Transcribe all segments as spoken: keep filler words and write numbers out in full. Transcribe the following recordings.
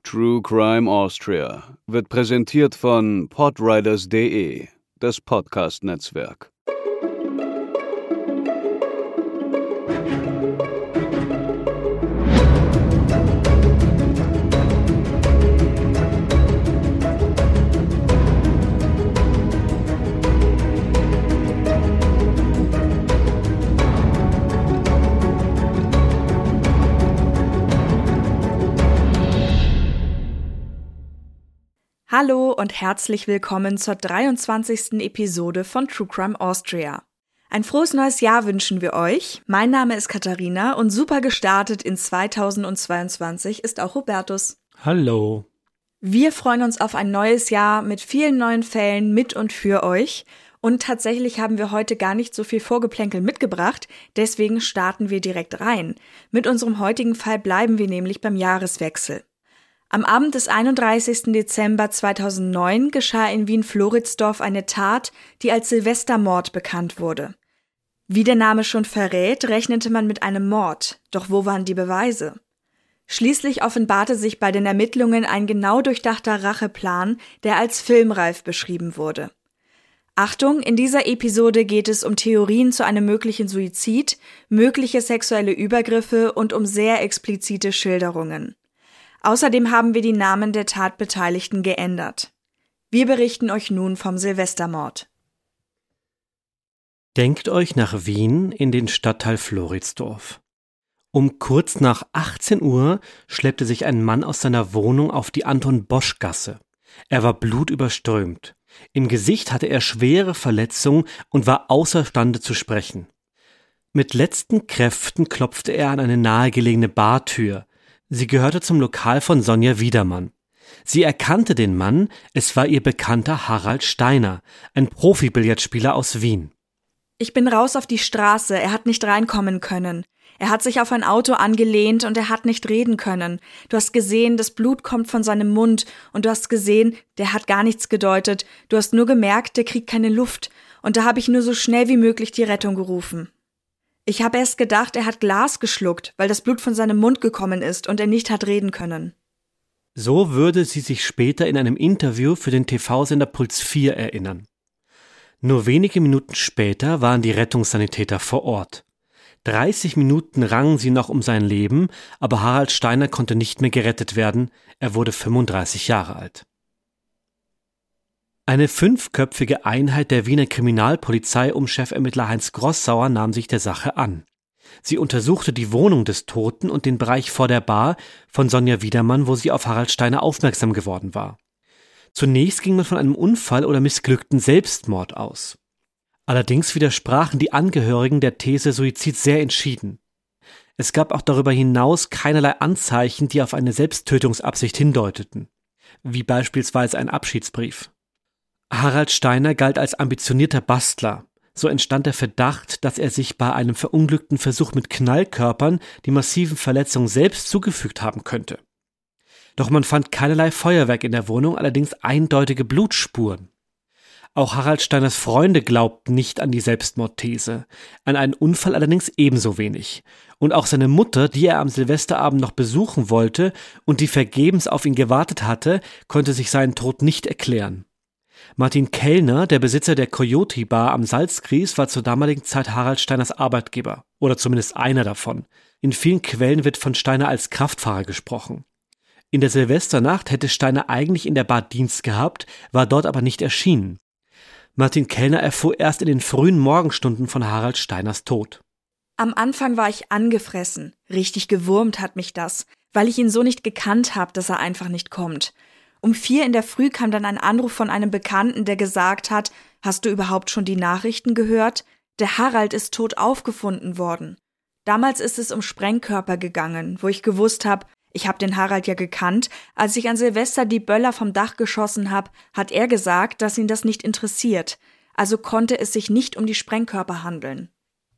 True Crime Austria wird präsentiert von podriders punkt de, das Podcast-Netzwerk. Hallo und herzlich willkommen zur dreiundzwanzigsten Episode von True Crime Austria. Ein frohes neues Jahr wünschen wir euch. Mein Name ist Katharina und super gestartet in zweitausendzweiundzwanzig ist auch Hubertus. Hallo. Wir freuen uns auf ein neues Jahr mit vielen neuen Fällen mit und für euch. Und tatsächlich haben wir heute gar nicht so viel Vorgeplänkel mitgebracht, deswegen starten wir direkt rein. Mit unserem heutigen Fall bleiben wir nämlich beim Jahreswechsel. Am Abend des einunddreißigsten Dezember zweitausendneun geschah in Wien-Floridsdorf eine Tat, die als Silvestermord bekannt wurde. Wie der Name schon verrät, rechnete man mit einem Mord. Doch wo waren die Beweise? Schließlich offenbarte sich bei den Ermittlungen ein genau durchdachter Racheplan, der als filmreif beschrieben wurde. Achtung, in dieser Episode geht es um Theorien zu einem möglichen Suizid, mögliche sexuelle Übergriffe und um sehr explizite Schilderungen. Außerdem haben wir die Namen der Tatbeteiligten geändert. Wir berichten euch nun vom Silvestermord. Denkt euch nach Wien in den Stadtteil Floridsdorf. Um kurz nach achtzehn Uhr schleppte sich ein Mann aus seiner Wohnung auf die Anton-Bosch-Gasse. Er war blutüberströmt. Im Gesicht hatte er schwere Verletzungen und war außerstande zu sprechen. Mit letzten Kräften klopfte er an eine nahegelegene Bartür. Sie gehörte zum Lokal von Sonja Wiedermann. Sie erkannte den Mann, es war ihr Bekannter Harald Steiner, ein Profi-Billardspieler aus Wien. Ich bin raus auf die Straße, er hat nicht reinkommen können. Er hat sich auf ein Auto angelehnt und er hat nicht reden können. Du hast gesehen, das Blut kommt von seinem Mund und du hast gesehen, der hat gar nichts gedeutet. Du hast nur gemerkt, der kriegt keine Luft. Und da habe ich nur so schnell wie möglich die Rettung gerufen. Ich habe erst gedacht, er hat Glas geschluckt, weil das Blut von seinem Mund gekommen ist und er nicht hat reden können. So würde sie sich später in einem Interview für den T V-Sender Puls vier erinnern. Nur wenige Minuten später waren die Rettungssanitäter vor Ort. dreißig Minuten rangen sie noch um sein Leben, aber Harald Steiner konnte nicht mehr gerettet werden, er wurde fünfunddreißig Jahre alt. Eine fünfköpfige Einheit der Wiener Kriminalpolizei um Chefermittler Heinz Grossauer nahm sich der Sache an. Sie untersuchte die Wohnung des Toten und den Bereich vor der Bar von Sonja Wiedermann, wo sie auf Harald Steiner aufmerksam geworden war. Zunächst ging man von einem Unfall oder missglückten Selbstmord aus. Allerdings widersprachen die Angehörigen der These Suizid sehr entschieden. Es gab auch darüber hinaus keinerlei Anzeichen, die auf eine Selbsttötungsabsicht hindeuteten, wie beispielsweise ein Abschiedsbrief. Harald Steiner galt als ambitionierter Bastler. So entstand der Verdacht, dass er sich bei einem verunglückten Versuch mit Knallkörpern die massiven Verletzungen selbst zugefügt haben könnte. Doch man fand keinerlei Feuerwerk in der Wohnung, allerdings eindeutige Blutspuren. Auch Harald Steiners Freunde glaubten nicht an die Selbstmordthese, an einen Unfall allerdings ebenso wenig. Und auch seine Mutter, die er am Silvesterabend noch besuchen wollte und die vergebens auf ihn gewartet hatte, konnte sich seinen Tod nicht erklären. Martin Kellner, der Besitzer der Coyote Bar am Salzkries, war zur damaligen Zeit Harald Steiners Arbeitgeber, oder zumindest einer davon. In vielen Quellen wird von Steiner als Kraftfahrer gesprochen. In der Silvesternacht hätte Steiner eigentlich in der Bar Dienst gehabt, war dort aber nicht erschienen. Martin Kellner erfuhr erst in den frühen Morgenstunden von Harald Steiners Tod. Am Anfang war ich angefressen. Richtig gewurmt hat mich das, weil ich ihn so nicht gekannt habe, dass er einfach nicht kommt. Um vier in der Früh kam dann ein Anruf von einem Bekannten, der gesagt hat, hast du überhaupt schon die Nachrichten gehört? Der Harald ist tot aufgefunden worden. Damals ist es um Sprengkörper gegangen, wo ich gewusst habe, ich habe den Harald ja gekannt. Als ich an Silvester die Böller vom Dach geschossen habe, hat er gesagt, dass ihn das nicht interessiert. Also konnte es sich nicht um die Sprengkörper handeln.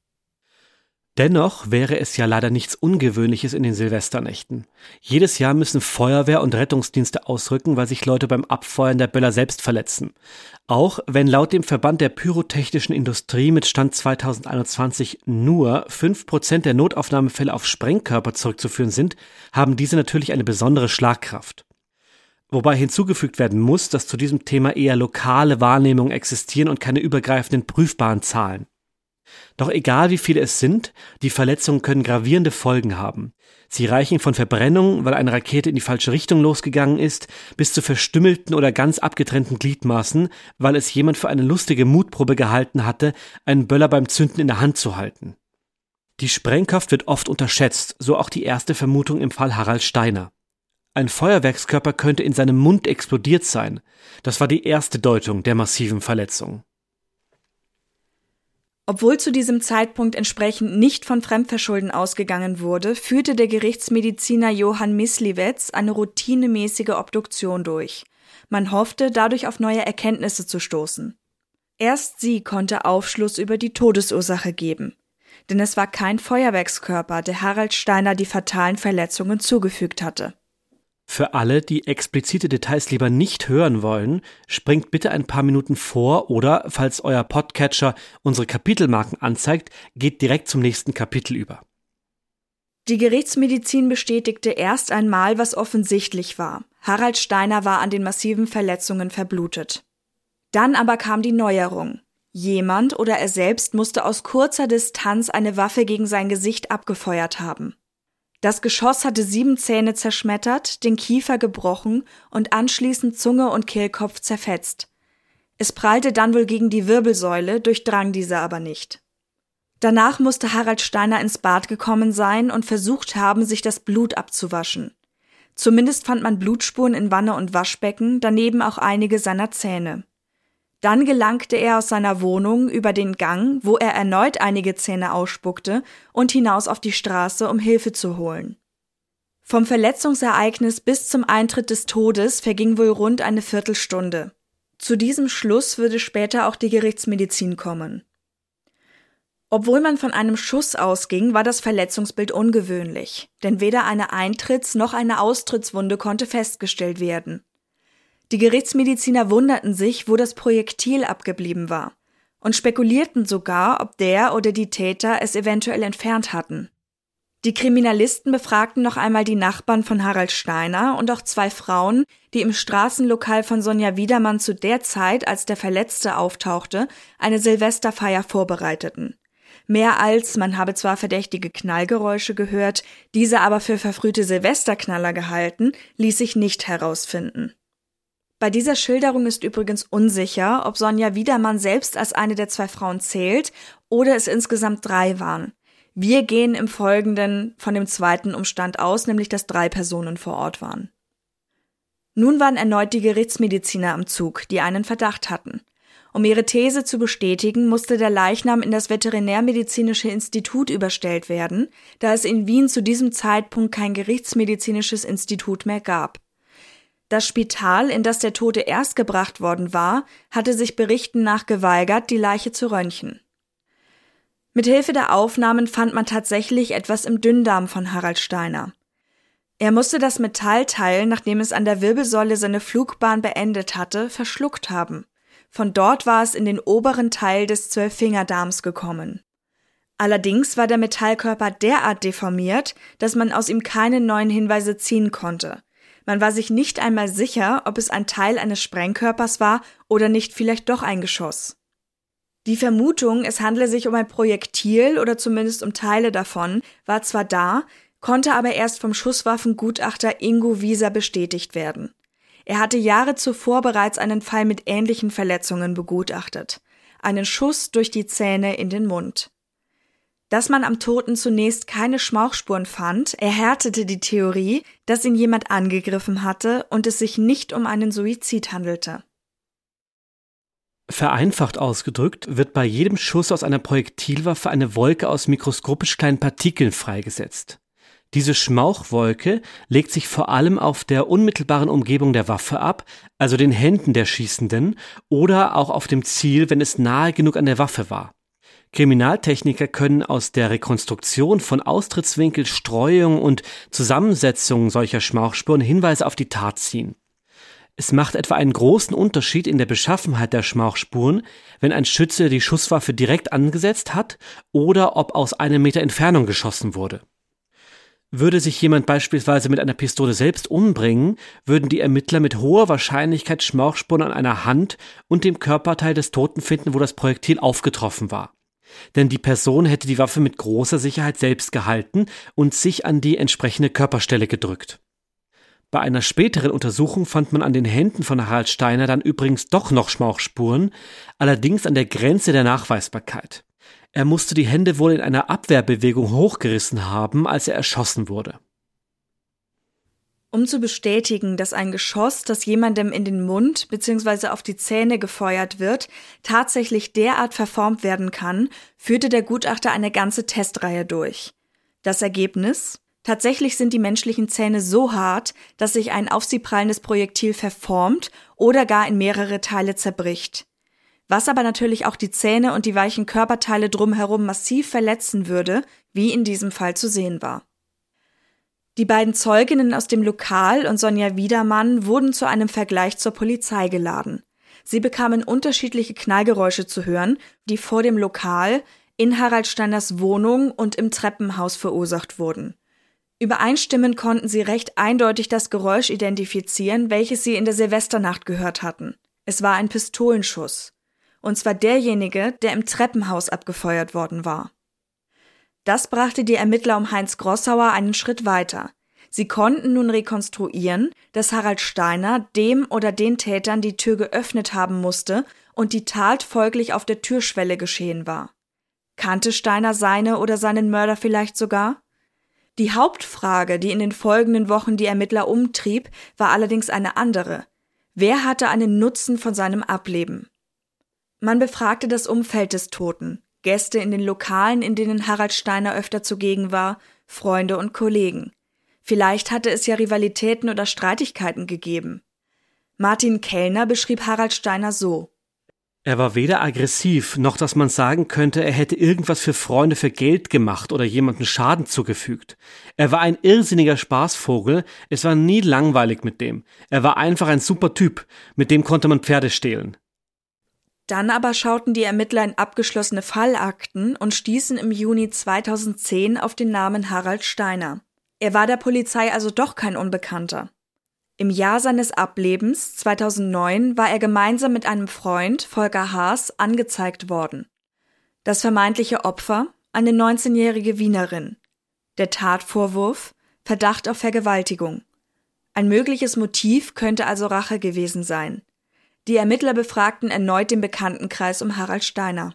Dennoch wäre es ja leider nichts Ungewöhnliches in den Silvesternächten. Jedes Jahr müssen Feuerwehr und Rettungsdienste ausrücken, weil sich Leute beim Abfeuern der Böller selbst verletzen. Auch wenn laut dem Verband der pyrotechnischen Industrie mit Stand zweitausendeinundzwanzig nur fünf Prozent der Notaufnahmefälle auf Sprengkörper zurückzuführen sind, haben diese natürlich eine besondere Schlagkraft. Wobei hinzugefügt werden muss, dass zu diesem Thema eher lokale Wahrnehmungen existieren und keine übergreifenden prüfbaren Zahlen. Doch egal wie viele es sind, die Verletzungen können gravierende Folgen haben. Sie reichen von Verbrennungen, weil eine Rakete in die falsche Richtung losgegangen ist, bis zu verstümmelten oder ganz abgetrennten Gliedmaßen, weil es jemand für eine lustige Mutprobe gehalten hatte, einen Böller beim Zünden in der Hand zu halten. Die Sprengkraft wird oft unterschätzt, so auch die erste Vermutung im Fall Harald Steiner. Ein Feuerwerkskörper könnte in seinem Mund explodiert sein. Das war die erste Deutung der massiven Verletzung. Obwohl zu diesem Zeitpunkt entsprechend nicht von Fremdverschulden ausgegangen wurde, führte der Gerichtsmediziner Johann Myslivec eine routinemäßige Obduktion durch. Man hoffte, dadurch auf neue Erkenntnisse zu stoßen. Erst sie konnte Aufschluss über die Todesursache geben. Denn es war kein Feuerwerkskörper, der Harald Steiner die fatalen Verletzungen zugefügt hatte. Für alle, die explizite Details lieber nicht hören wollen, springt bitte ein paar Minuten vor oder, falls euer Podcatcher unsere Kapitelmarken anzeigt, geht direkt zum nächsten Kapitel über. Die Gerichtsmedizin bestätigte erst einmal, was offensichtlich war. Harald Steiner war an den massiven Verletzungen verblutet. Dann aber kam die Neuerung. Jemand oder er selbst musste aus kurzer Distanz eine Waffe gegen sein Gesicht abgefeuert haben. Das Geschoss hatte sieben Zähne zerschmettert, den Kiefer gebrochen und anschließend Zunge und Kehlkopf zerfetzt. Es prallte dann wohl gegen die Wirbelsäule, durchdrang diese aber nicht. Danach musste Harald Steiner ins Bad gekommen sein und versucht haben, sich das Blut abzuwaschen. Zumindest fand man Blutspuren in Wanne und Waschbecken, daneben auch einige seiner Zähne. Dann gelangte er aus seiner Wohnung über den Gang, wo er erneut einige Zähne ausspuckte, und hinaus auf die Straße, um Hilfe zu holen. Vom Verletzungsereignis bis zum Eintritt des Todes verging wohl rund eine Viertelstunde. Zu diesem Schluss würde später auch die Gerichtsmedizin kommen. Obwohl man von einem Schuss ausging, war das Verletzungsbild ungewöhnlich, denn weder eine Eintritts- noch eine Austrittswunde konnte festgestellt werden. Die Gerichtsmediziner wunderten sich, wo das Projektil abgeblieben war und spekulierten sogar, ob der oder die Täter es eventuell entfernt hatten. Die Kriminalisten befragten noch einmal die Nachbarn von Harald Steiner und auch zwei Frauen, die im Straßenlokal von Sonja Wiedermann zu der Zeit, als der Verletzte auftauchte, eine Silvesterfeier vorbereiteten. Mehr als, man habe zwar verdächtige Knallgeräusche gehört, diese aber für verfrühte Silvesterknaller gehalten, ließ sich nicht herausfinden. Bei dieser Schilderung ist übrigens unsicher, ob Sonja Wiedermann selbst als eine der zwei Frauen zählt oder es insgesamt drei waren. Wir gehen im Folgenden von dem zweiten Umstand aus, nämlich dass drei Personen vor Ort waren. Nun waren erneut die Gerichtsmediziner am Zug, die einen Verdacht hatten. Um ihre These zu bestätigen, musste der Leichnam in das Veterinärmedizinische Institut überstellt werden, da es in Wien zu diesem Zeitpunkt kein gerichtsmedizinisches Institut mehr gab. Das Spital, in das der Tote erst gebracht worden war, hatte sich Berichten nach geweigert, die Leiche zu röntgen. Mithilfe der Aufnahmen fand man tatsächlich etwas im Dünndarm von Harald Steiner. Er musste das Metallteil, nachdem es an der Wirbelsäule seine Flugbahn beendet hatte, verschluckt haben. Von dort war es in den oberen Teil des Zwölffingerdarms gekommen. Allerdings war der Metallkörper derart deformiert, dass man aus ihm keine neuen Hinweise ziehen konnte. Man war sich nicht einmal sicher, ob es ein Teil eines Sprengkörpers war oder nicht vielleicht doch ein Geschoss. Die Vermutung, es handle sich um ein Projektil oder zumindest um Teile davon, war zwar da, konnte aber erst vom Schusswaffengutachter Ingo Wieser bestätigt werden. Er hatte Jahre zuvor bereits einen Fall mit ähnlichen Verletzungen begutachtet. Einen Schuss durch die Zähne in den Mund. Dass man am Toten zunächst keine Schmauchspuren fand, erhärtete die Theorie, dass ihn jemand angegriffen hatte und es sich nicht um einen Suizid handelte. Vereinfacht ausgedrückt wird bei jedem Schuss aus einer Projektilwaffe eine Wolke aus mikroskopisch kleinen Partikeln freigesetzt. Diese Schmauchwolke legt sich vor allem auf der unmittelbaren Umgebung der Waffe ab, also den Händen der Schießenden, oder auch auf dem Ziel, wenn es nahe genug an der Waffe war. Kriminaltechniker können aus der Rekonstruktion von Austrittswinkel, Streuung und Zusammensetzung solcher Schmauchspuren Hinweise auf die Tat ziehen. Es macht etwa einen großen Unterschied in der Beschaffenheit der Schmauchspuren, wenn ein Schütze die Schusswaffe direkt angesetzt hat oder ob aus einem Meter Entfernung geschossen wurde. Würde sich jemand beispielsweise mit einer Pistole selbst umbringen, würden die Ermittler mit hoher Wahrscheinlichkeit Schmauchspuren an einer Hand und dem Körperteil des Toten finden, wo das Projektil aufgetroffen war. Denn die Person hätte die Waffe mit großer Sicherheit selbst gehalten und sich an die entsprechende Körperstelle gedrückt. Bei einer späteren Untersuchung fand man an den Händen von Harald Steiner dann übrigens doch noch Schmauchspuren, allerdings an der Grenze der Nachweisbarkeit. Er musste die Hände wohl in einer Abwehrbewegung hochgerissen haben, als er erschossen wurde. Um zu bestätigen, dass ein Geschoss, das jemandem in den Mund bzw. auf die Zähne gefeuert wird, tatsächlich derart verformt werden kann, führte der Gutachter eine ganze Testreihe durch. Das Ergebnis? Tatsächlich sind die menschlichen Zähne so hart, dass sich ein auf sie prallendes Projektil verformt oder gar in mehrere Teile zerbricht. Was aber natürlich auch die Zähne und die weichen Körperteile drumherum massiv verletzen würde, wie in diesem Fall zu sehen war. Die beiden Zeuginnen aus dem Lokal und Sonja Wiedermann wurden zu einem Vergleich zur Polizei geladen. Sie bekamen unterschiedliche Knallgeräusche zu hören, die vor dem Lokal, in Harald Steiners Wohnung und im Treppenhaus verursacht wurden. Übereinstimmend konnten sie recht eindeutig das Geräusch identifizieren, welches sie in der Silvesternacht gehört hatten. Es war ein Pistolenschuss. Und zwar derjenige, der im Treppenhaus abgefeuert worden war. Das brachte die Ermittler um Heinz Grossauer einen Schritt weiter. Sie konnten nun rekonstruieren, dass Harald Steiner dem oder den Tätern die Tür geöffnet haben musste und die Tat folglich auf der Türschwelle geschehen war. Kannte Steiner seine oder seinen Mörder vielleicht sogar? Die Hauptfrage, die in den folgenden Wochen die Ermittler umtrieb, war allerdings eine andere. Wer hatte einen Nutzen von seinem Ableben? Man befragte das Umfeld des Toten, Gäste in den Lokalen, in denen Harald Steiner öfter zugegen war, Freunde und Kollegen. Vielleicht hatte es ja Rivalitäten oder Streitigkeiten gegeben. Martin Kellner beschrieb Harald Steiner so: Er war weder aggressiv, noch dass man sagen könnte, er hätte irgendwas für Freunde für Geld gemacht oder jemandem Schaden zugefügt. Er war ein irrsinniger Spaßvogel, es war nie langweilig mit dem. Er war einfach ein super Typ, mit dem konnte man Pferde stehlen. Dann aber schauten die Ermittler in abgeschlossene Fallakten und stießen im Juni zweitausendzehn auf den Namen Harald Steiner. Er war der Polizei also doch kein Unbekannter. Im Jahr seines Ablebens, zweitausendneun, war er gemeinsam mit einem Freund, Volker Haas, angezeigt worden. Das vermeintliche Opfer, eine neunzehnjährige Wienerin. Der Tatvorwurf, Verdacht auf Vergewaltigung. Ein mögliches Motiv könnte also Rache gewesen sein. Die Ermittler befragten erneut den Bekanntenkreis um Harald Steiner.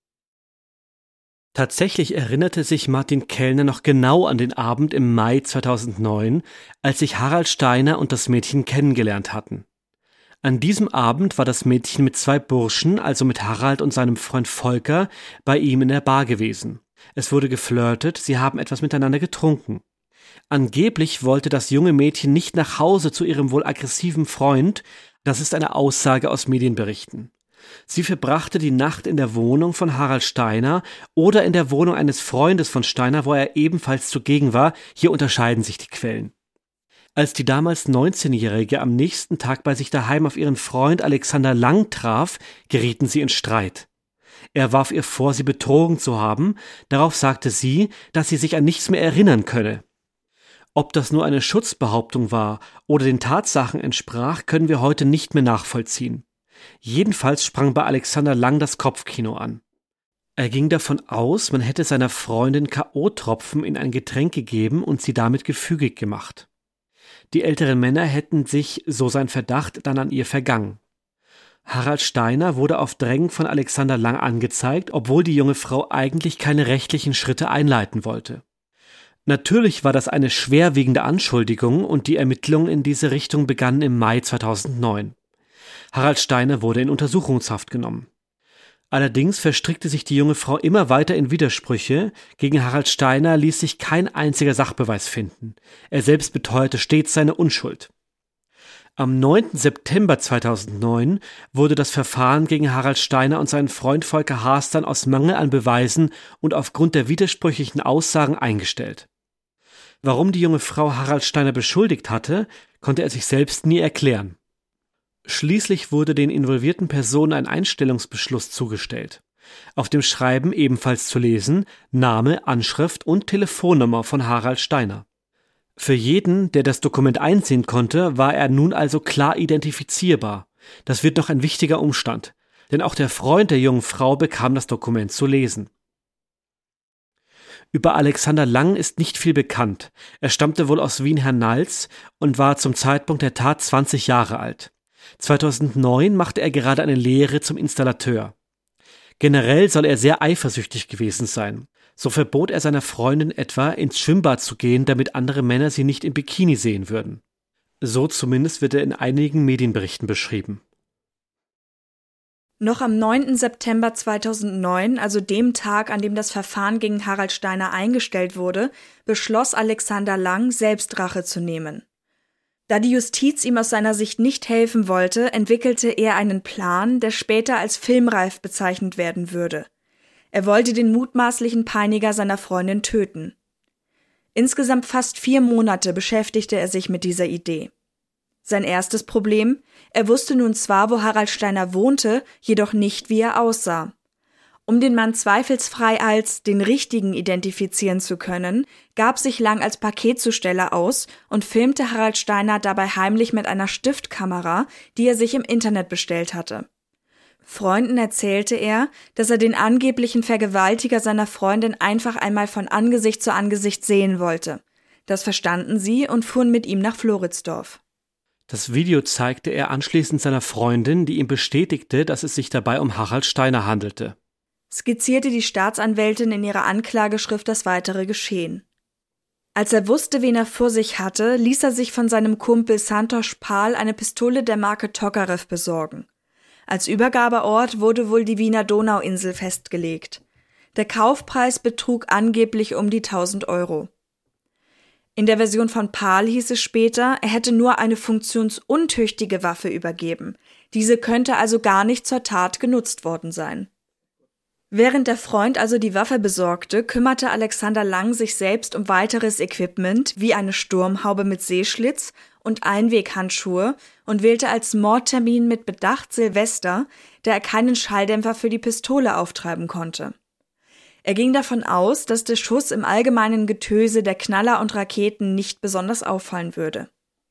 Tatsächlich erinnerte sich Martin Kellner noch genau an den Abend im Mai zweitausendneun, als sich Harald Steiner und das Mädchen kennengelernt hatten. An diesem Abend war das Mädchen mit zwei Burschen, also mit Harald und seinem Freund Volker, bei ihm in der Bar gewesen. Es wurde geflirtet, sie haben etwas miteinander getrunken. Angeblich wollte das junge Mädchen nicht nach Hause zu ihrem wohl aggressiven Freund. Das ist eine Aussage aus Medienberichten. Sie verbrachte die Nacht in der Wohnung von Harald Steiner oder in der Wohnung eines Freundes von Steiner, wo er ebenfalls zugegen war. Hier unterscheiden sich die Quellen. Als die damals neunzehnjährige am nächsten Tag bei sich daheim auf ihren Freund Alexander Lang traf, gerieten sie in Streit. Er warf ihr vor, sie betrogen zu haben. Darauf sagte sie, dass sie sich an nichts mehr erinnern könne. Ob das nur eine Schutzbehauptung war oder den Tatsachen entsprach, können wir heute nicht mehr nachvollziehen. Jedenfalls sprang bei Alexander Lang das Kopfkino an. Er ging davon aus, man hätte seiner Freundin K O-Tropfen in ein Getränk gegeben und sie damit gefügig gemacht. Die älteren Männer hätten sich, so sein Verdacht, dann an ihr vergangen. Harald Steiner wurde auf Drängen von Alexander Lang angezeigt, obwohl die junge Frau eigentlich keine rechtlichen Schritte einleiten wollte. Natürlich war das eine schwerwiegende Anschuldigung und die Ermittlungen in diese Richtung begannen im Mai zweitausendneun. Harald Steiner wurde in Untersuchungshaft genommen. Allerdings verstrickte sich die junge Frau immer weiter in Widersprüche. Gegen Harald Steiner ließ sich kein einziger Sachbeweis finden. Er selbst beteuerte stets seine Unschuld. Am neunten September zweitausendneun wurde das Verfahren gegen Harald Steiner und seinen Freund Volker Haas dann aus Mangel an Beweisen und aufgrund der widersprüchlichen Aussagen eingestellt. Warum die junge Frau Harald Steiner beschuldigt hatte, konnte er sich selbst nie erklären. Schließlich wurde den involvierten Personen ein Einstellungsbeschluss zugestellt. Auf dem Schreiben ebenfalls zu lesen: Name, Anschrift und Telefonnummer von Harald Steiner. Für jeden, der das Dokument einsehen konnte, war er nun also klar identifizierbar. Das wird noch ein wichtiger Umstand, denn auch der Freund der jungen Frau bekam das Dokument zu lesen. Über Alexander Lang ist nicht viel bekannt. Er stammte wohl aus Wien-Hernals und war zum Zeitpunkt der Tat zwanzig Jahre alt. zweitausendneun machte er gerade eine Lehre zum Installateur. Generell soll er sehr eifersüchtig gewesen sein. So verbot er seiner Freundin etwa, ins Schwimmbad zu gehen, damit andere Männer sie nicht im Bikini sehen würden. So zumindest wird er in einigen Medienberichten beschrieben. Noch am neunten September zweitausendneun, also dem Tag, an dem das Verfahren gegen Harald Steiner eingestellt wurde, beschloss Alexander Lang, selbst Rache zu nehmen. Da die Justiz ihm aus seiner Sicht nicht helfen wollte, entwickelte er einen Plan, der später als filmreif bezeichnet werden würde. Er wollte den mutmaßlichen Peiniger seiner Freundin töten. Insgesamt fast vier Monate beschäftigte er sich mit dieser Idee. Sein erstes Problem: Er wusste nun zwar, wo Harald Steiner wohnte, jedoch nicht, wie er aussah. Um den Mann zweifelsfrei als den Richtigen identifizieren zu können, gab sich Lang als Paketzusteller aus und filmte Harald Steiner dabei heimlich mit einer Stiftkamera, die er sich im Internet bestellt hatte. Freunden erzählte er, dass er den angeblichen Vergewaltiger seiner Freundin einfach einmal von Angesicht zu Angesicht sehen wollte. Das verstanden sie und fuhren mit ihm nach Floridsdorf. Das Video zeigte er anschließend seiner Freundin, die ihm bestätigte, dass es sich dabei um Harald Steiner handelte. Skizzierte die Staatsanwältin in ihrer Anklageschrift das weitere Geschehen. Als er wusste, wen er vor sich hatte, ließ er sich von seinem Kumpel Santosh Pal eine Pistole der Marke Tokarev besorgen. Als Übergabeort wurde wohl die Wiener Donauinsel festgelegt. Der Kaufpreis betrug angeblich um die tausend Euro. In der Version von Pal hieß es später, er hätte nur eine funktionsuntüchtige Waffe übergeben. Diese könnte also gar nicht zur Tat genutzt worden sein. Während der Freund also die Waffe besorgte, kümmerte Alexander Lang sich selbst um weiteres Equipment wie eine Sturmhaube mit Seeschlitz und Einweghandschuhe und wählte als Mordtermin mit Bedacht Silvester, da er keinen Schalldämpfer für die Pistole auftreiben konnte. Er ging davon aus, dass der Schuss im allgemeinen Getöse der Knaller und Raketen nicht besonders auffallen würde.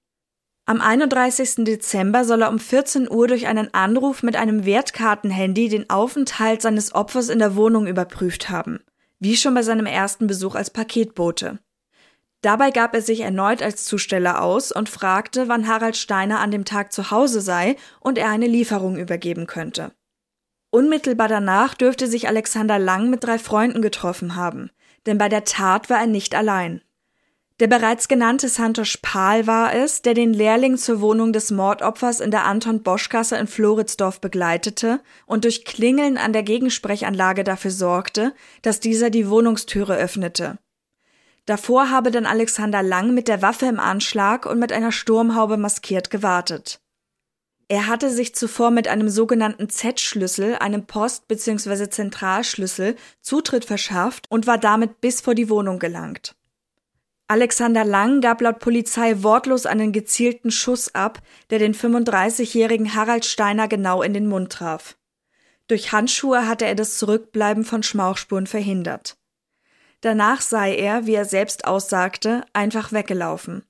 Am einunddreißigsten Dezember soll er um vierzehn Uhr durch einen Anruf mit einem Wertkartenhandy den Aufenthalt seines Opfers in der Wohnung überprüft haben, wie schon bei seinem ersten Besuch als Paketbote. Dabei gab er sich erneut als Zusteller aus und fragte, wann Harald Steiner an dem Tag zu Hause sei und er eine Lieferung übergeben könnte. Unmittelbar danach dürfte sich Alexander Lang mit drei Freunden getroffen haben, denn bei der Tat war er nicht allein. Der bereits genannte Santosh Pal war es, der den Lehrling zur Wohnung des Mordopfers in der Anton-Bosch-Gasse in Floridsdorf begleitete und durch Klingeln an der Gegensprechanlage dafür sorgte, dass dieser die Wohnungstüre öffnete. Davor habe dann Alexander Lang mit der Waffe im Anschlag und mit einer Sturmhaube maskiert gewartet. Er hatte sich zuvor mit einem sogenannten Z-Schlüssel, einem Post- bzw. Zentralschlüssel, Zutritt verschafft und war damit bis vor die Wohnung gelangt. Alexander Lang gab laut Polizei wortlos einen gezielten Schuss ab, der den fünfunddreißigjährigen Harald Steiner genau in den Mund traf. Durch Handschuhe hatte er das Zurückbleiben von Schmauchspuren verhindert. Danach sei er, wie er selbst aussagte, einfach weggelaufen.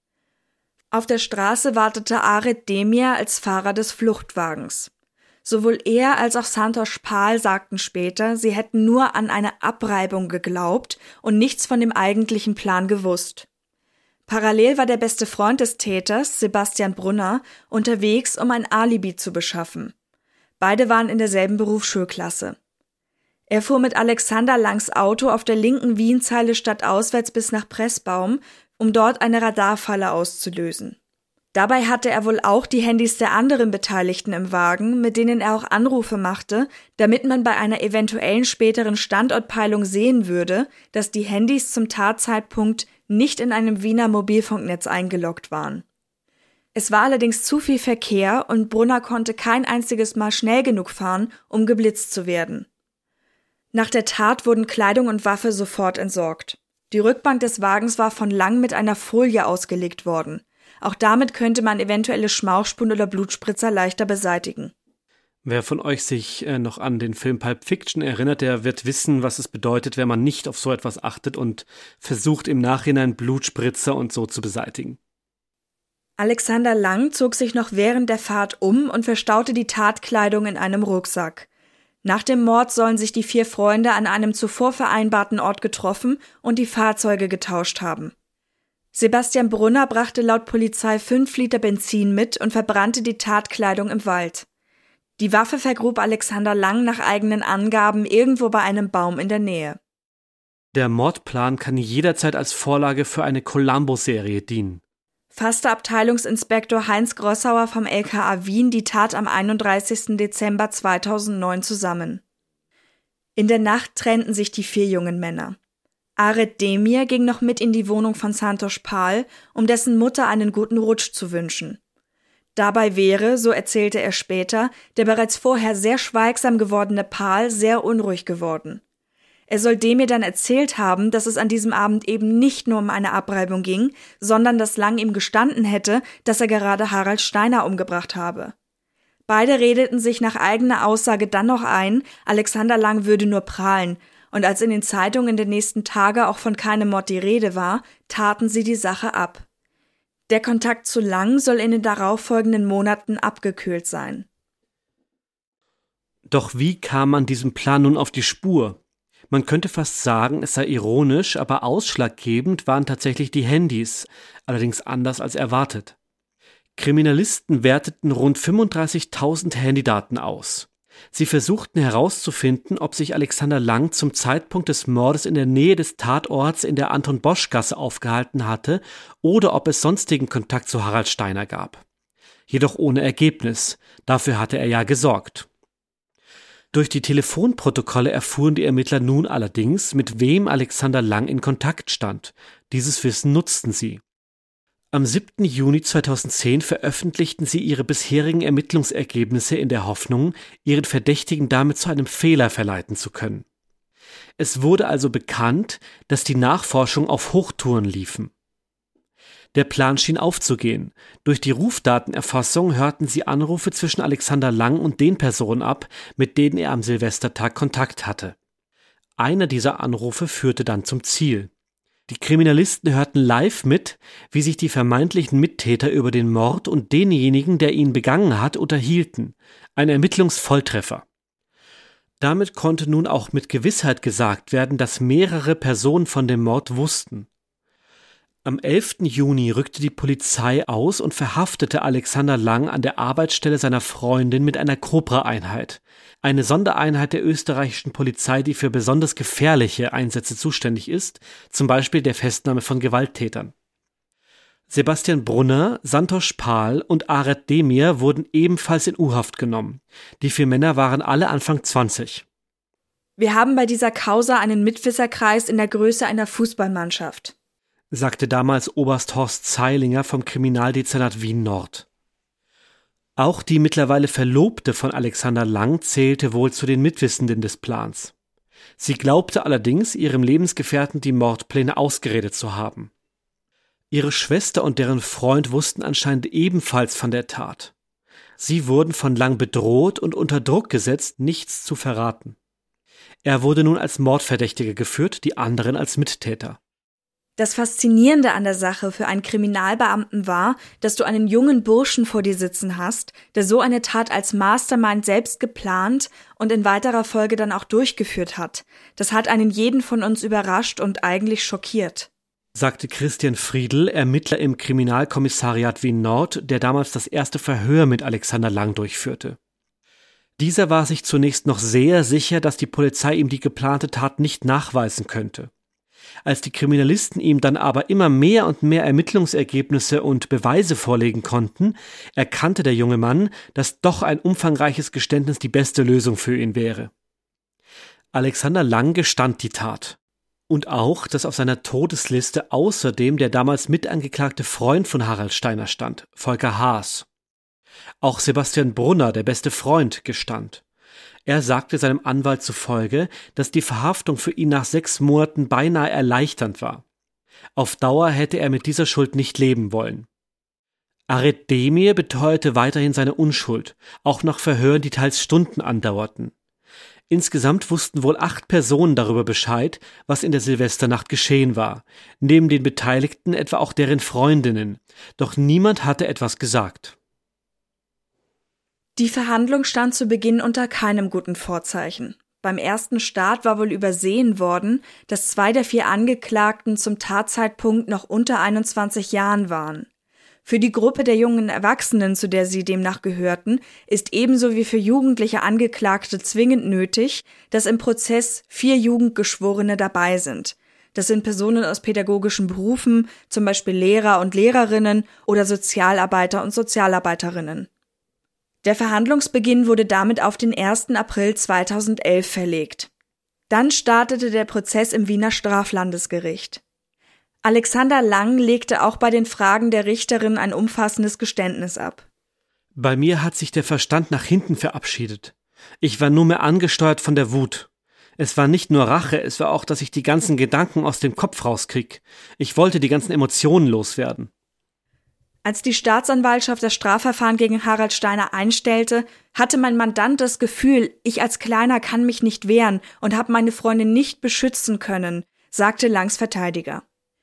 Auf der Straße wartete Aret Demir als Fahrer des Fluchtwagens. Sowohl er als auch Santosh Pal sagten später, sie hätten nur an eine Abreibung geglaubt und nichts von dem eigentlichen Plan gewusst. Parallel war der beste Freund des Täters, Sebastian Brunner, unterwegs, um ein Alibi zu beschaffen. Beide waren in derselben Berufsschulklasse. Er fuhr mit Alexander Langs Auto auf der linken Wienzeile stadtauswärts bis nach Pressbaum, um dort eine Radarfalle auszulösen. Dabei hatte er wohl auch die Handys der anderen Beteiligten im Wagen, mit denen er auch Anrufe machte, damit man bei einer eventuellen späteren Standortpeilung sehen würde, dass die Handys zum Tatzeitpunkt nicht in einem Wiener Mobilfunknetz eingeloggt waren. Es war allerdings zu viel Verkehr und Brunner konnte kein einziges Mal schnell genug fahren, um geblitzt zu werden. Nach der Tat wurden Kleidung und Waffe sofort entsorgt. Die Rückbank des Wagens war von Lang mit einer Folie ausgelegt worden. Auch damit könnte man eventuelle Schmauchspuren oder Blutspritzer leichter beseitigen. Wer von euch sich äh, noch an den Film Pulp Fiction erinnert, der wird wissen, was es bedeutet, wenn man nicht auf so etwas achtet und versucht im Nachhinein Blutspritzer und so zu beseitigen. Alexander Lang zog sich noch während der Fahrt um und verstaute die Tatkleidung in einem Rucksack. Nach dem Mord sollen sich die vier Freunde an einem zuvor vereinbarten Ort getroffen und die Fahrzeuge getauscht haben. Sebastian Brunner brachte laut Polizei fünf Liter Benzin mit und verbrannte die Tatkleidung im Wald. Die Waffe vergrub Alexander Lang nach eigenen Angaben irgendwo bei einem Baum in der Nähe. Der Mordplan kann jederzeit als Vorlage für eine Columbo-Serie dienen. Fasste Abteilungsinspektor Heinz Grossauer vom L K A Wien die Tat am einunddreißigsten Dezember zweitausendneun zusammen. In der Nacht trennten sich die vier jungen Männer. Aret Demir ging noch mit in die Wohnung von Santosh Pal, um dessen Mutter einen guten Rutsch zu wünschen. Dabei wäre, so erzählte er später, der bereits vorher sehr schweigsam gewordene Pal sehr unruhig geworden. Er soll Demir dann erzählt haben, dass es an diesem Abend eben nicht nur um eine Abreibung ging, sondern dass Lang ihm gestanden hätte, dass er gerade Harald Steiner umgebracht habe. Beide redeten sich nach eigener Aussage dann noch ein, Alexander Lang würde nur prahlen, und als in den Zeitungen der nächsten Tage auch von keinem Mord die Rede war, taten sie die Sache ab. Der Kontakt zu Lang soll in den darauffolgenden Monaten abgekühlt sein. Doch wie kam man diesem Plan nun auf die Spur? Man könnte fast sagen, es sei ironisch, aber ausschlaggebend waren tatsächlich die Handys, allerdings anders als erwartet. Kriminalisten werteten rund fünfunddreißigtausend Handydaten aus. Sie versuchten herauszufinden, ob sich Alexander Lang zum Zeitpunkt des Mordes in der Nähe des Tatorts in der Anton-Bosch-Gasse aufgehalten hatte oder ob es sonstigen Kontakt zu Harald Steiner gab. Jedoch ohne Ergebnis, dafür hatte er ja gesorgt. Durch die Telefonprotokolle erfuhren die Ermittler nun allerdings, mit wem Alexander Lang in Kontakt stand. Dieses Wissen nutzten sie. Am siebten Juni zweitausendzehn veröffentlichten sie ihre bisherigen Ermittlungsergebnisse in der Hoffnung, ihren Verdächtigen damit zu einem Fehler verleiten zu können. Es wurde also bekannt, dass die Nachforschungen auf Hochtouren liefen. Der Plan schien aufzugehen. Durch die Rufdatenerfassung hörten sie Anrufe zwischen Alexander Lang und den Personen ab, mit denen er am Silvestertag Kontakt hatte. Einer dieser Anrufe führte dann zum Ziel. Die Kriminalisten hörten live mit, wie sich die vermeintlichen Mittäter über den Mord und denjenigen, der ihn begangen hat, unterhielten. Ein Ermittlungsvolltreffer. Damit konnte nun auch mit Gewissheit gesagt werden, dass mehrere Personen von dem Mord wussten. Am elften Juni rückte die Polizei aus und verhaftete Alexander Lang an der Arbeitsstelle seiner Freundin mit einer Cobra-Einheit, eine Sondereinheit der österreichischen Polizei, die für besonders gefährliche Einsätze zuständig ist, zum Beispiel der Festnahme von Gewalttätern. Sebastian Brunner, Santosh Pal und Aret Demir wurden ebenfalls in U-Haft genommen. Die vier Männer waren alle Anfang zwanzig. Wir haben bei dieser Causa einen Mitwisserkreis in der Größe einer Fußballmannschaft, sagte damals Oberst Horst Zeilinger vom Kriminaldezernat Wien-Nord. Auch die mittlerweile Verlobte von Alexander Lang zählte wohl zu den Mitwissenden des Plans. Sie glaubte allerdings, ihrem Lebensgefährten die Mordpläne ausgeredet zu haben. Ihre Schwester und deren Freund wussten anscheinend ebenfalls von der Tat. Sie wurden von Lang bedroht und unter Druck gesetzt, nichts zu verraten. Er wurde nun als Mordverdächtiger geführt, die anderen als Mittäter. Das Faszinierende an der Sache für einen Kriminalbeamten war, dass du einen jungen Burschen vor dir sitzen hast, der so eine Tat als Mastermind selbst geplant und in weiterer Folge dann auch durchgeführt hat. Das hat einen jeden von uns überrascht und eigentlich schockiert, sagte Christian Friedl, Ermittler im Kriminalkommissariat Wien-Nord, der damals das erste Verhör mit Alexander Lang durchführte. Dieser war sich zunächst noch sehr sicher, dass die Polizei ihm die geplante Tat nicht nachweisen könnte. Als die Kriminalisten ihm dann aber immer mehr und mehr Ermittlungsergebnisse und Beweise vorlegen konnten, erkannte der junge Mann, dass doch ein umfangreiches Geständnis die beste Lösung für ihn wäre. Alexander Lang gestand die Tat. Und auch, dass auf seiner Todesliste außerdem der damals mitangeklagte Freund von Harald Steiner stand, Volker Haas. Auch Sebastian Brunner, der beste Freund, gestand. Er sagte seinem Anwalt zufolge, dass die Verhaftung für ihn nach sechs Monaten beinahe erleichternd war. Auf Dauer hätte er mit dieser Schuld nicht leben wollen. Aret Demir beteuerte weiterhin seine Unschuld, auch nach Verhören, die teils Stunden andauerten. Insgesamt wussten wohl acht Personen darüber Bescheid, was in der Silvesternacht geschehen war, neben den Beteiligten etwa auch deren Freundinnen, doch niemand hatte etwas gesagt. Die Verhandlung stand zu Beginn unter keinem guten Vorzeichen. Beim ersten Start war wohl übersehen worden, dass zwei der vier Angeklagten zum Tatzeitpunkt noch unter einundzwanzig Jahren waren. Für die Gruppe der jungen Erwachsenen, zu der sie demnach gehörten, ist ebenso wie für jugendliche Angeklagte zwingend nötig, dass im Prozess vier Jugendgeschworene dabei sind. Das sind Personen aus pädagogischen Berufen, zum Beispiel Lehrer und Lehrerinnen oder Sozialarbeiter und Sozialarbeiterinnen. Der Verhandlungsbeginn wurde damit auf den ersten April zweitausendelf verlegt. Dann startete der Prozess im Wiener Straflandesgericht. Alexander Lang legte auch bei den Fragen der Richterin ein umfassendes Geständnis ab. Bei mir hat sich der Verstand nach hinten verabschiedet. Ich war nur mehr angesteuert von der Wut. Es war nicht nur Rache, es war auch, dass ich die ganzen Gedanken aus dem Kopf rauskrieg. Ich wollte die ganzen Emotionen loswerden. Als die Staatsanwaltschaft das Strafverfahren gegen Harald Steiner einstellte, hatte mein Mandant das Gefühl, ich als Kleiner kann mich nicht wehren und habe meine Freundin nicht beschützen können, sagte Langs Verteidiger.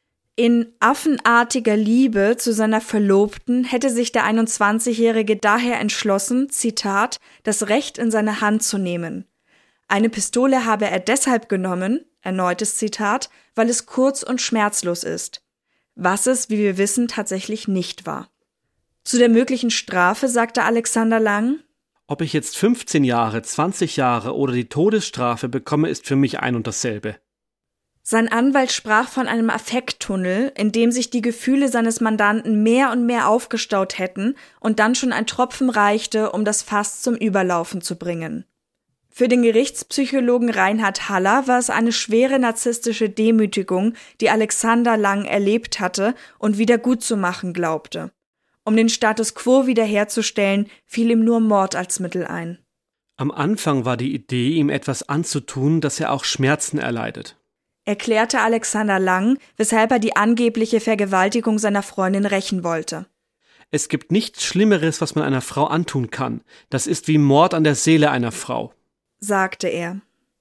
In affenartiger Liebe zu seiner Verlobten hätte sich der einundzwanzigjährige daher entschlossen, Zitat, das Recht in seine Hand zu nehmen. Eine Pistole habe er deshalb genommen, erneutes Zitat, weil es kurz und schmerzlos ist. Was es, wie wir wissen, tatsächlich nicht war. Zu der möglichen Strafe sagte Alexander Lang: Ob ich jetzt fünfzehn Jahre, zwanzig Jahre oder die Todesstrafe bekomme, ist für mich ein und dasselbe. Sein Anwalt sprach von einem Affekttunnel, in dem sich die Gefühle seines Mandanten mehr und mehr aufgestaut hätten und dann schon ein Tropfen reichte, um das Fass zum Überlaufen zu bringen. Für den Gerichtspsychologen Reinhard Haller war es eine schwere narzisstische Demütigung, die Alexander Lang erlebt hatte und wieder gutzumachen glaubte. Um den Status quo wiederherzustellen, fiel ihm nur Mord als Mittel ein. Am Anfang war die Idee, ihm etwas anzutun, dass er auch Schmerzen erleidet, erklärte Alexander Lang, weshalb er die angebliche Vergewaltigung seiner Freundin rächen wollte. Es gibt nichts Schlimmeres, was man einer Frau antun kann. Das ist wie Mord an der Seele einer Frau, sagte er.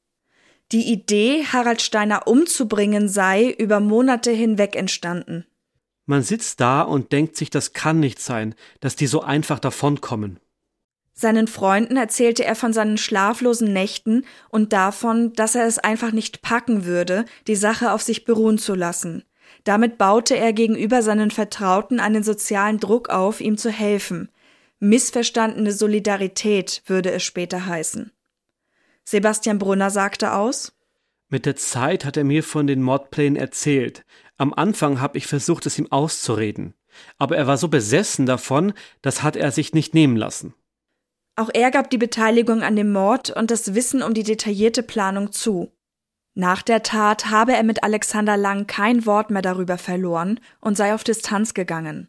Die Idee, Harald Steiner umzubringen, sei über Monate hinweg entstanden. Man sitzt da und denkt sich, das kann nicht sein, dass die so einfach davonkommen. Seinen Freunden erzählte er von seinen schlaflosen Nächten und davon, dass er es einfach nicht packen würde, die Sache auf sich beruhen zu lassen. Damit baute er gegenüber seinen Vertrauten einen sozialen Druck auf, ihm zu helfen. Missverstandene Solidarität würde es später heißen. Sebastian Brunner sagte aus: Mit der Zeit hat er mir von den Mordplänen erzählt. Am Anfang habe ich versucht, es ihm auszureden. Aber er war so besessen davon, das hat er sich nicht nehmen lassen. Auch er gab die Beteiligung an dem Mord und das Wissen um die detaillierte Planung zu. Nach der Tat habe er mit Alexander Lang kein Wort mehr darüber verloren und sei auf Distanz gegangen.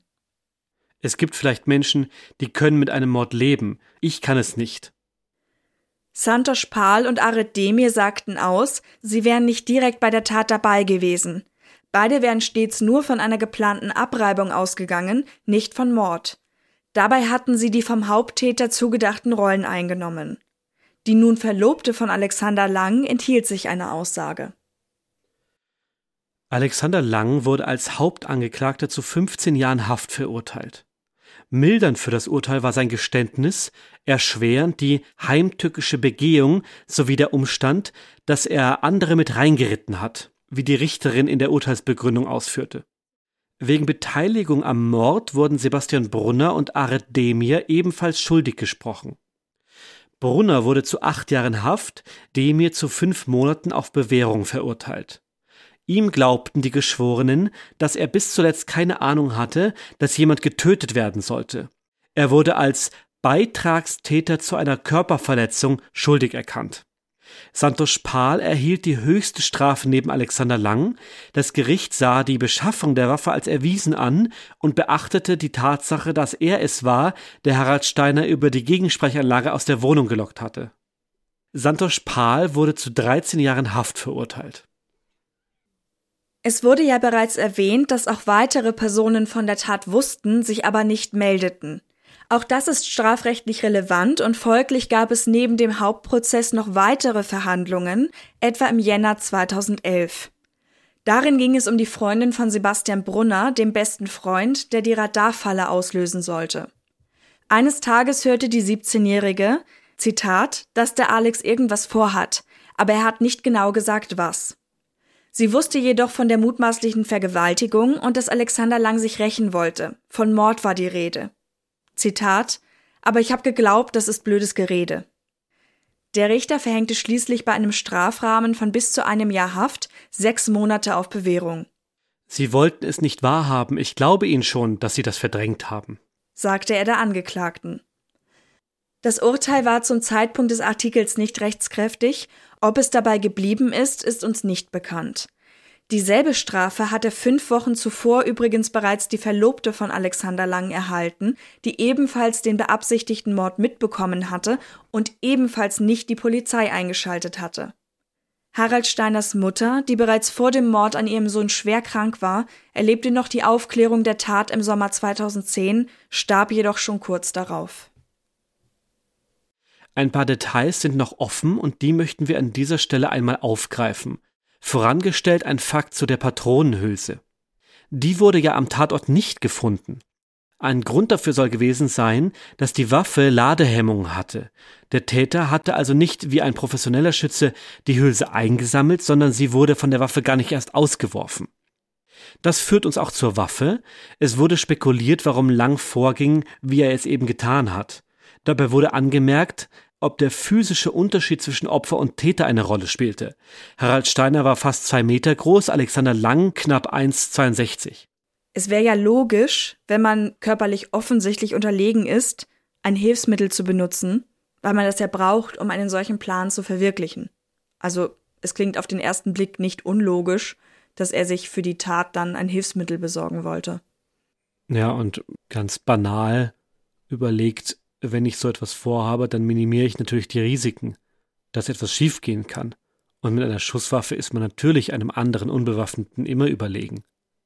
Es gibt vielleicht Menschen, die können mit einem Mord leben. Ich kann es nicht. Santosh Pal und Aret Demir sagten aus, sie wären nicht direkt bei der Tat dabei gewesen. Beide wären stets nur von einer geplanten Abreibung ausgegangen, nicht von Mord. Dabei hatten sie die vom Haupttäter zugedachten Rollen eingenommen. Die nun Verlobte von Alexander Lang enthielt sich eine Aussage. Alexander Lang wurde als Hauptangeklagter zu fünfzehn Jahren Haft verurteilt. Mildernd für das Urteil war sein Geständnis, erschwerend die heimtückische Begehung sowie der Umstand, dass er andere mit reingeritten hat, wie die Richterin in der Urteilsbegründung ausführte. Wegen Beteiligung am Mord wurden Sebastian Brunner und Aret Demir ebenfalls schuldig gesprochen. Brunner wurde zu acht Jahren Haft, Demir zu fünf Monaten auf Bewährung verurteilt. Ihm glaubten die Geschworenen, dass er bis zuletzt keine Ahnung hatte, dass jemand getötet werden sollte. Er wurde als Beitragstäter zu einer Körperverletzung schuldig erkannt. Santosh Pal erhielt die höchste Strafe neben Alexander Lang. Das Gericht sah die Beschaffung der Waffe als erwiesen an und beachtete die Tatsache, dass er es war, der Harald Steiner über die Gegensprechanlage aus der Wohnung gelockt hatte. Santosh Pal wurde zu dreizehn Jahren Haft verurteilt. Es wurde ja bereits erwähnt, dass auch weitere Personen von der Tat wussten, sich aber nicht meldeten. Auch das ist strafrechtlich relevant und folglich gab es neben dem Hauptprozess noch weitere Verhandlungen, etwa im Jänner zweitausendelf. Darin ging es um die Freundin von Sebastian Brunner, dem besten Freund, der die Radarfalle auslösen sollte. Eines Tages hörte die siebzehnjährige, Zitat, dass der Alex irgendwas vorhat, aber er hat nicht genau gesagt, was. Sie wusste jedoch von der mutmaßlichen Vergewaltigung und dass Alexander Lang sich rächen wollte. Von Mord war die Rede. Zitat, aber ich habe geglaubt, das ist blödes Gerede. Der Richter verhängte schließlich bei einem Strafrahmen von bis zu einem Jahr Haft sechs Monate auf Bewährung. Sie wollten es nicht wahrhaben, ich glaube Ihnen schon, dass Sie das verdrängt haben, sagte er der Angeklagten. Das Urteil war zum Zeitpunkt des Artikels nicht rechtskräftig, ob es dabei geblieben ist, ist uns nicht bekannt. Dieselbe Strafe hatte fünf Wochen zuvor übrigens bereits die Verlobte von Alexander Lang erhalten, die ebenfalls den beabsichtigten Mord mitbekommen hatte und ebenfalls nicht die Polizei eingeschaltet hatte. Harald Steiners Mutter, die bereits vor dem Mord an ihrem Sohn schwer krank war, erlebte noch die Aufklärung der Tat im Sommer zweitausendzehn, starb jedoch schon kurz darauf. Ein paar Details sind noch offen und die möchten wir an dieser Stelle einmal aufgreifen. Vorangestellt ein Fakt zu der Patronenhülse. Die wurde ja am Tatort nicht gefunden. Ein Grund dafür soll gewesen sein, dass die Waffe Ladehemmungen hatte. Der Täter hatte also nicht wie ein professioneller Schütze die Hülse eingesammelt, sondern sie wurde von der Waffe gar nicht erst ausgeworfen. Das führt uns auch zur Waffe. Es wurde spekuliert, warum Lang vorging, wie er es eben getan hat. Dabei wurde angemerkt, ob der physische Unterschied zwischen Opfer und Täter eine Rolle spielte. Harald Steiner war fast zwei Meter groß, Alexander Lang knapp eins Komma zweiundsechzig. Es wäre ja logisch, wenn man körperlich offensichtlich unterlegen ist, ein Hilfsmittel zu benutzen, weil man das ja braucht, um einen solchen Plan zu verwirklichen. Also es klingt auf den ersten Blick nicht unlogisch, dass er sich für die Tat dann ein Hilfsmittel besorgen wollte. Ja, und ganz banal überlegt, wenn ich so etwas vorhabe, dann minimiere ich natürlich die Risiken, dass etwas schiefgehen kann. Und mit einer Schusswaffe ist man natürlich einem anderen Unbewaffneten immer überlegen.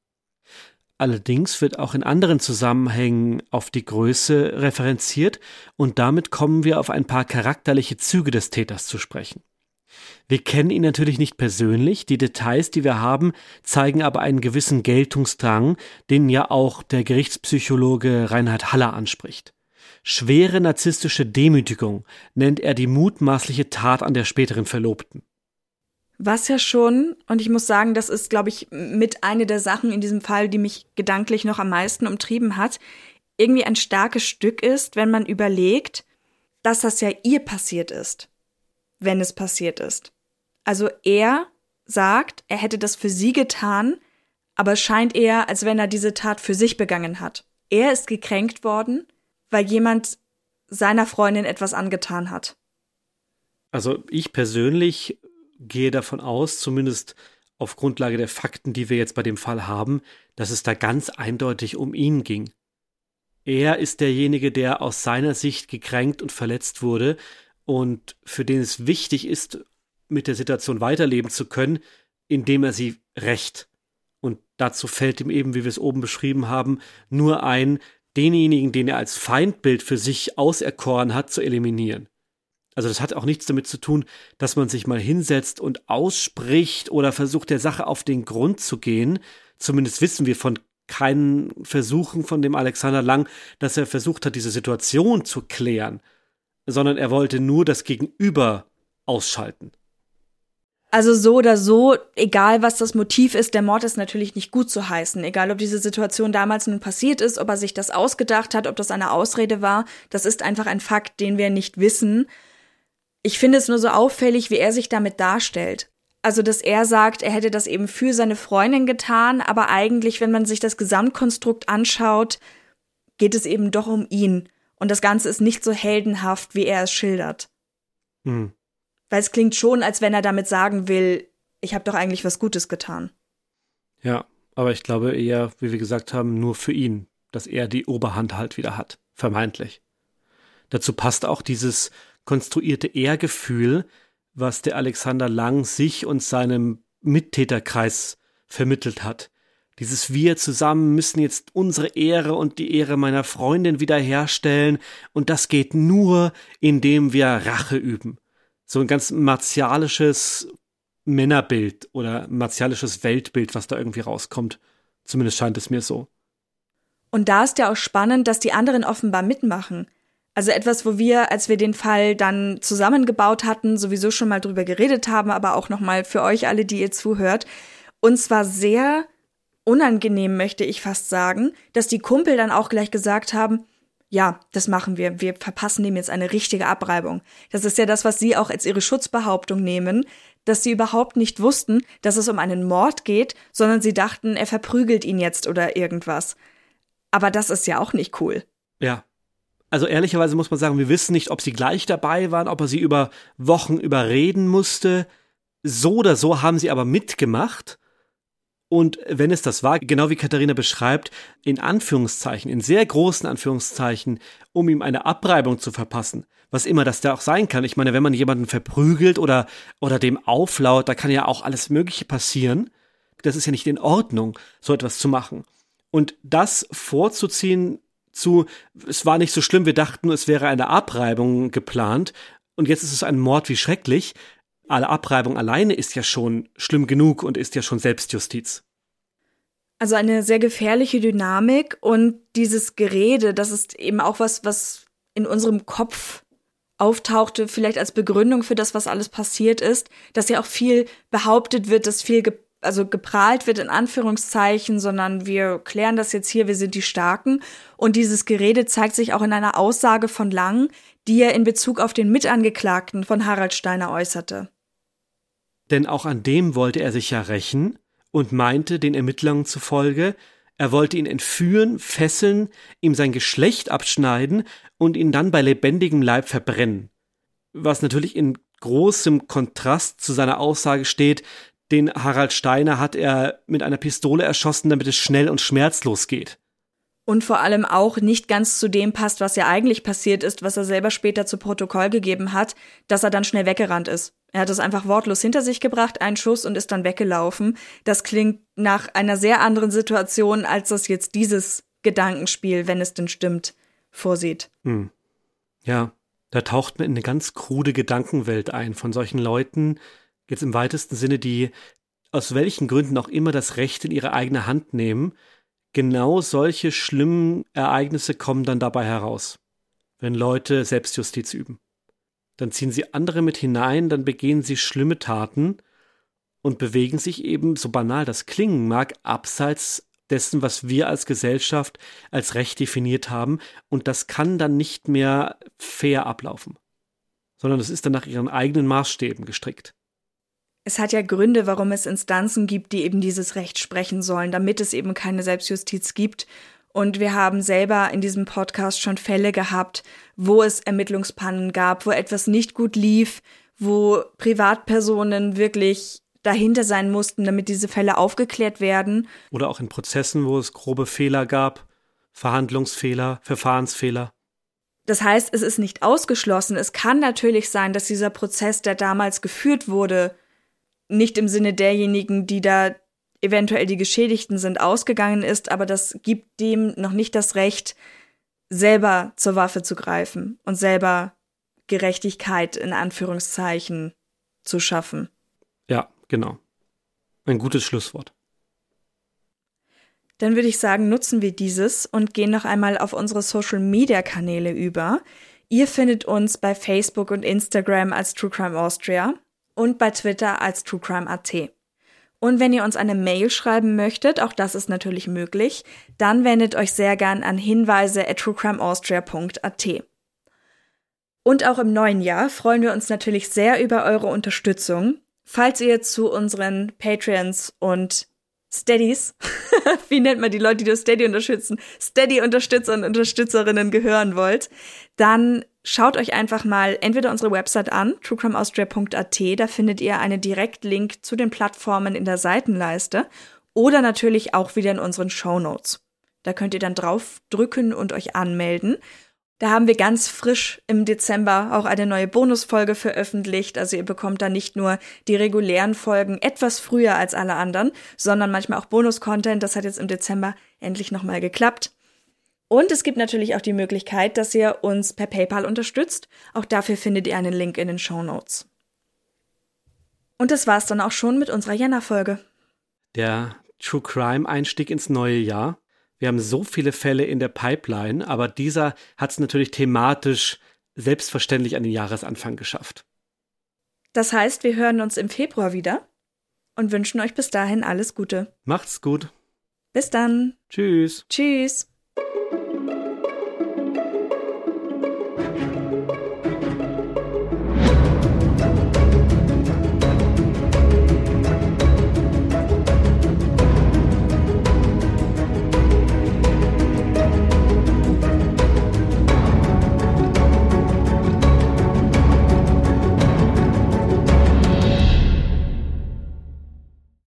Allerdings wird auch in anderen Zusammenhängen auf die Größe referenziert und damit kommen wir auf ein paar charakterliche Züge des Täters zu sprechen. Wir kennen ihn natürlich nicht persönlich, die Details, die wir haben, zeigen aber einen gewissen Geltungsdrang, den ja auch der Gerichtspsychologe Reinhard Haller anspricht. Schwere narzisstische Demütigung nennt er die mutmaßliche Tat an der späteren Verlobten. Was ja schon, und ich muss sagen, das ist, glaube ich, mit eine der Sachen in diesem Fall, die mich gedanklich noch am meisten umtrieben hat, irgendwie ein starkes Stück ist, wenn man überlegt, dass das ja ihr passiert ist, wenn es passiert ist. Also er sagt, er hätte das für sie getan, aber es scheint eher, als wenn er diese Tat für sich begangen hat. Er ist gekränkt worden, weil jemand seiner Freundin etwas angetan hat. Also ich persönlich gehe davon aus, zumindest auf Grundlage der Fakten, die wir jetzt bei dem Fall haben, dass es da ganz eindeutig um ihn ging. Er ist derjenige, der aus seiner Sicht gekränkt und verletzt wurde und für den es wichtig ist, mit der Situation weiterleben zu können, indem er sie rächt. Und dazu fällt ihm eben, wie wir es oben beschrieben haben, nur ein, denjenigen, den er als Feindbild für sich auserkoren hat, zu eliminieren. Also das hat auch nichts damit zu tun, dass man sich mal hinsetzt und ausspricht oder versucht, der Sache auf den Grund zu gehen. Zumindest wissen wir von keinen Versuchen von dem Alexander Lang, dass er versucht hat, diese Situation zu klären, sondern er wollte nur das Gegenüber ausschalten. Also so oder so, egal was das Motiv ist, der Mord ist natürlich nicht gut zu heißen. Egal, ob diese Situation damals nun passiert ist, ob er sich das ausgedacht hat, ob das eine Ausrede war, das ist einfach ein Fakt, den wir nicht wissen. Ich finde es nur so auffällig, wie er sich damit darstellt. Also, dass er sagt, er hätte das eben für seine Freundin getan, aber eigentlich, wenn man sich das Gesamtkonstrukt anschaut, geht es eben doch um ihn. Und das Ganze ist nicht so heldenhaft, wie er es schildert. Mhm. Weil es klingt schon, als wenn er damit sagen will, ich habe doch eigentlich was Gutes getan. Ja, aber ich glaube eher, wie wir gesagt haben, nur für ihn, dass er die Oberhand halt wieder hat, vermeintlich. Dazu passt auch dieses konstruierte Ehrgefühl, was der Alexander Lang sich und seinem Mittäterkreis vermittelt hat. Dieses wir zusammen müssen jetzt unsere Ehre und die Ehre meiner Freundin wiederherstellen und das geht nur, indem wir Rache üben. So ein ganz martialisches Männerbild oder martialisches Weltbild, was da irgendwie rauskommt. Zumindest scheint es mir so. Und da ist ja auch spannend, dass die anderen offenbar mitmachen. Also etwas, wo wir, als wir den Fall dann zusammengebaut hatten, sowieso schon mal drüber geredet haben, aber auch nochmal für euch alle, die ihr zuhört, uns war sehr unangenehm, möchte ich fast sagen, dass die Kumpel dann auch gleich gesagt haben, ja, das machen wir, wir verpassen dem jetzt eine richtige Abreibung. Das ist ja das, was sie auch als ihre Schutzbehauptung nehmen, dass sie überhaupt nicht wussten, dass es um einen Mord geht, sondern sie dachten, er verprügelt ihn jetzt oder irgendwas. Aber das ist ja auch nicht cool. Ja. Also ehrlicherweise muss man sagen, wir wissen nicht, ob sie gleich dabei waren, ob er sie über Wochen überreden musste. So oder so haben sie aber mitgemacht. Und wenn es das war, genau wie Katharina beschreibt, in Anführungszeichen, in sehr großen Anführungszeichen, um ihm eine Abreibung zu verpassen, was immer das da auch sein kann. Ich meine, wenn man jemanden verprügelt oder, oder dem auflaut, da kann ja auch alles Mögliche passieren. Das ist ja nicht in Ordnung, so etwas zu machen. Und das vorzuziehen zu, es war nicht so schlimm, wir dachten, es wäre eine Abreibung geplant und jetzt ist es ein Mord, wie schrecklich. Alle Abreibung alleine ist ja schon schlimm genug und ist ja schon Selbstjustiz. Also eine sehr gefährliche Dynamik und dieses Gerede, das ist eben auch was, was in unserem Kopf auftauchte, vielleicht als Begründung für das, was alles passiert ist, dass ja auch viel behauptet wird, dass viel ge- also geprahlt wird in Anführungszeichen, sondern wir klären das jetzt hier, wir sind die Starken. Und dieses Gerede zeigt sich auch in einer Aussage von Lang, die er in Bezug auf den Mitangeklagten von Harald Steiner äußerte. Denn auch an dem wollte er sich ja rächen und meinte, den Ermittlungen zufolge, er wollte ihn entführen, fesseln, ihm sein Geschlecht abschneiden und ihn dann bei lebendigem Leib verbrennen. Was natürlich in großem Kontrast zu seiner Aussage steht, den Harald Steiner hat er mit einer Pistole erschossen, damit es schnell und schmerzlos geht. Und vor allem auch nicht ganz zu dem passt, was ja eigentlich passiert ist, was er selber später zu Protokoll gegeben hat, dass er dann schnell weggerannt ist. Er hat es einfach wortlos hinter sich gebracht, einen Schuss und ist dann weggelaufen. Das klingt nach einer sehr anderen Situation, als das jetzt dieses Gedankenspiel, wenn es denn stimmt, vorsieht. Hm. Ja, da taucht man in eine ganz krude Gedankenwelt ein von solchen Leuten, jetzt im weitesten Sinne, die aus welchen Gründen auch immer das Recht in ihre eigene Hand nehmen. Genau solche schlimmen Ereignisse kommen dann dabei heraus, wenn Leute Selbstjustiz üben. Dann ziehen sie andere mit hinein, dann begehen sie schlimme Taten und bewegen sich eben, so banal das klingen mag, abseits dessen, was wir als Gesellschaft als Recht definiert haben. Und das kann dann nicht mehr fair ablaufen, sondern es ist dann nach ihren eigenen Maßstäben gestrickt. Es hat ja Gründe, warum es Instanzen gibt, die eben dieses Recht sprechen sollen, damit es eben keine Selbstjustiz gibt. Und wir haben selber in diesem Podcast schon Fälle gehabt, wo es Ermittlungspannen gab, wo etwas nicht gut lief, wo Privatpersonen wirklich dahinter sein mussten, damit diese Fälle aufgeklärt werden. Oder auch in Prozessen, wo es grobe Fehler gab, Verhandlungsfehler, Verfahrensfehler. Das heißt, es ist nicht ausgeschlossen. Es kann natürlich sein, dass dieser Prozess, der damals geführt wurde, nicht im Sinne derjenigen, die da eventuell die Geschädigten sind, ausgegangen ist, aber das gibt dem noch nicht das Recht, selber zur Waffe zu greifen und selber Gerechtigkeit in Anführungszeichen zu schaffen. Ja, genau. Ein gutes Schlusswort. Dann würde ich sagen, nutzen wir dieses und gehen noch einmal auf unsere Social-Media-Kanäle über. Ihr findet uns bei Facebook und Instagram als True Crime Austria und bei Twitter als True Crime Punkt at. Und wenn ihr uns eine Mail schreiben möchtet, auch das ist natürlich möglich, dann wendet euch sehr gern an hinweise at truecrimeaustria punkt at. Und auch im neuen Jahr freuen wir uns natürlich sehr über eure Unterstützung. Falls ihr zu unseren Patreons und Steadies, wie nennt man die Leute, die das Steady unterstützen, Steady-Unterstützer und Unterstützerinnen gehören wollt, dann schaut euch einfach mal entweder unsere Website an, truecrimeaustria punkt at, da findet ihr einen Direktlink zu den Plattformen in der Seitenleiste oder natürlich auch wieder in unseren Shownotes. Da könnt ihr dann drauf drücken und euch anmelden. Da haben wir ganz frisch im Dezember auch eine neue Bonusfolge veröffentlicht. Also ihr bekommt da nicht nur die regulären Folgen etwas früher als alle anderen, sondern manchmal auch Bonus-Content. Das hat jetzt im Dezember endlich nochmal geklappt. Und es gibt natürlich auch die Möglichkeit, dass ihr uns per PayPal unterstützt. Auch dafür findet ihr einen Link in den Shownotes. Und das war's dann auch schon mit unserer Jänner-Folge. Der True Crime-Einstieg ins neue Jahr. Wir haben so viele Fälle in der Pipeline, aber dieser hat es natürlich thematisch selbstverständlich an den Jahresanfang geschafft. Das heißt, wir hören uns im Februar wieder und wünschen euch bis dahin alles Gute. Macht's gut. Bis dann. Tschüss. Tschüss.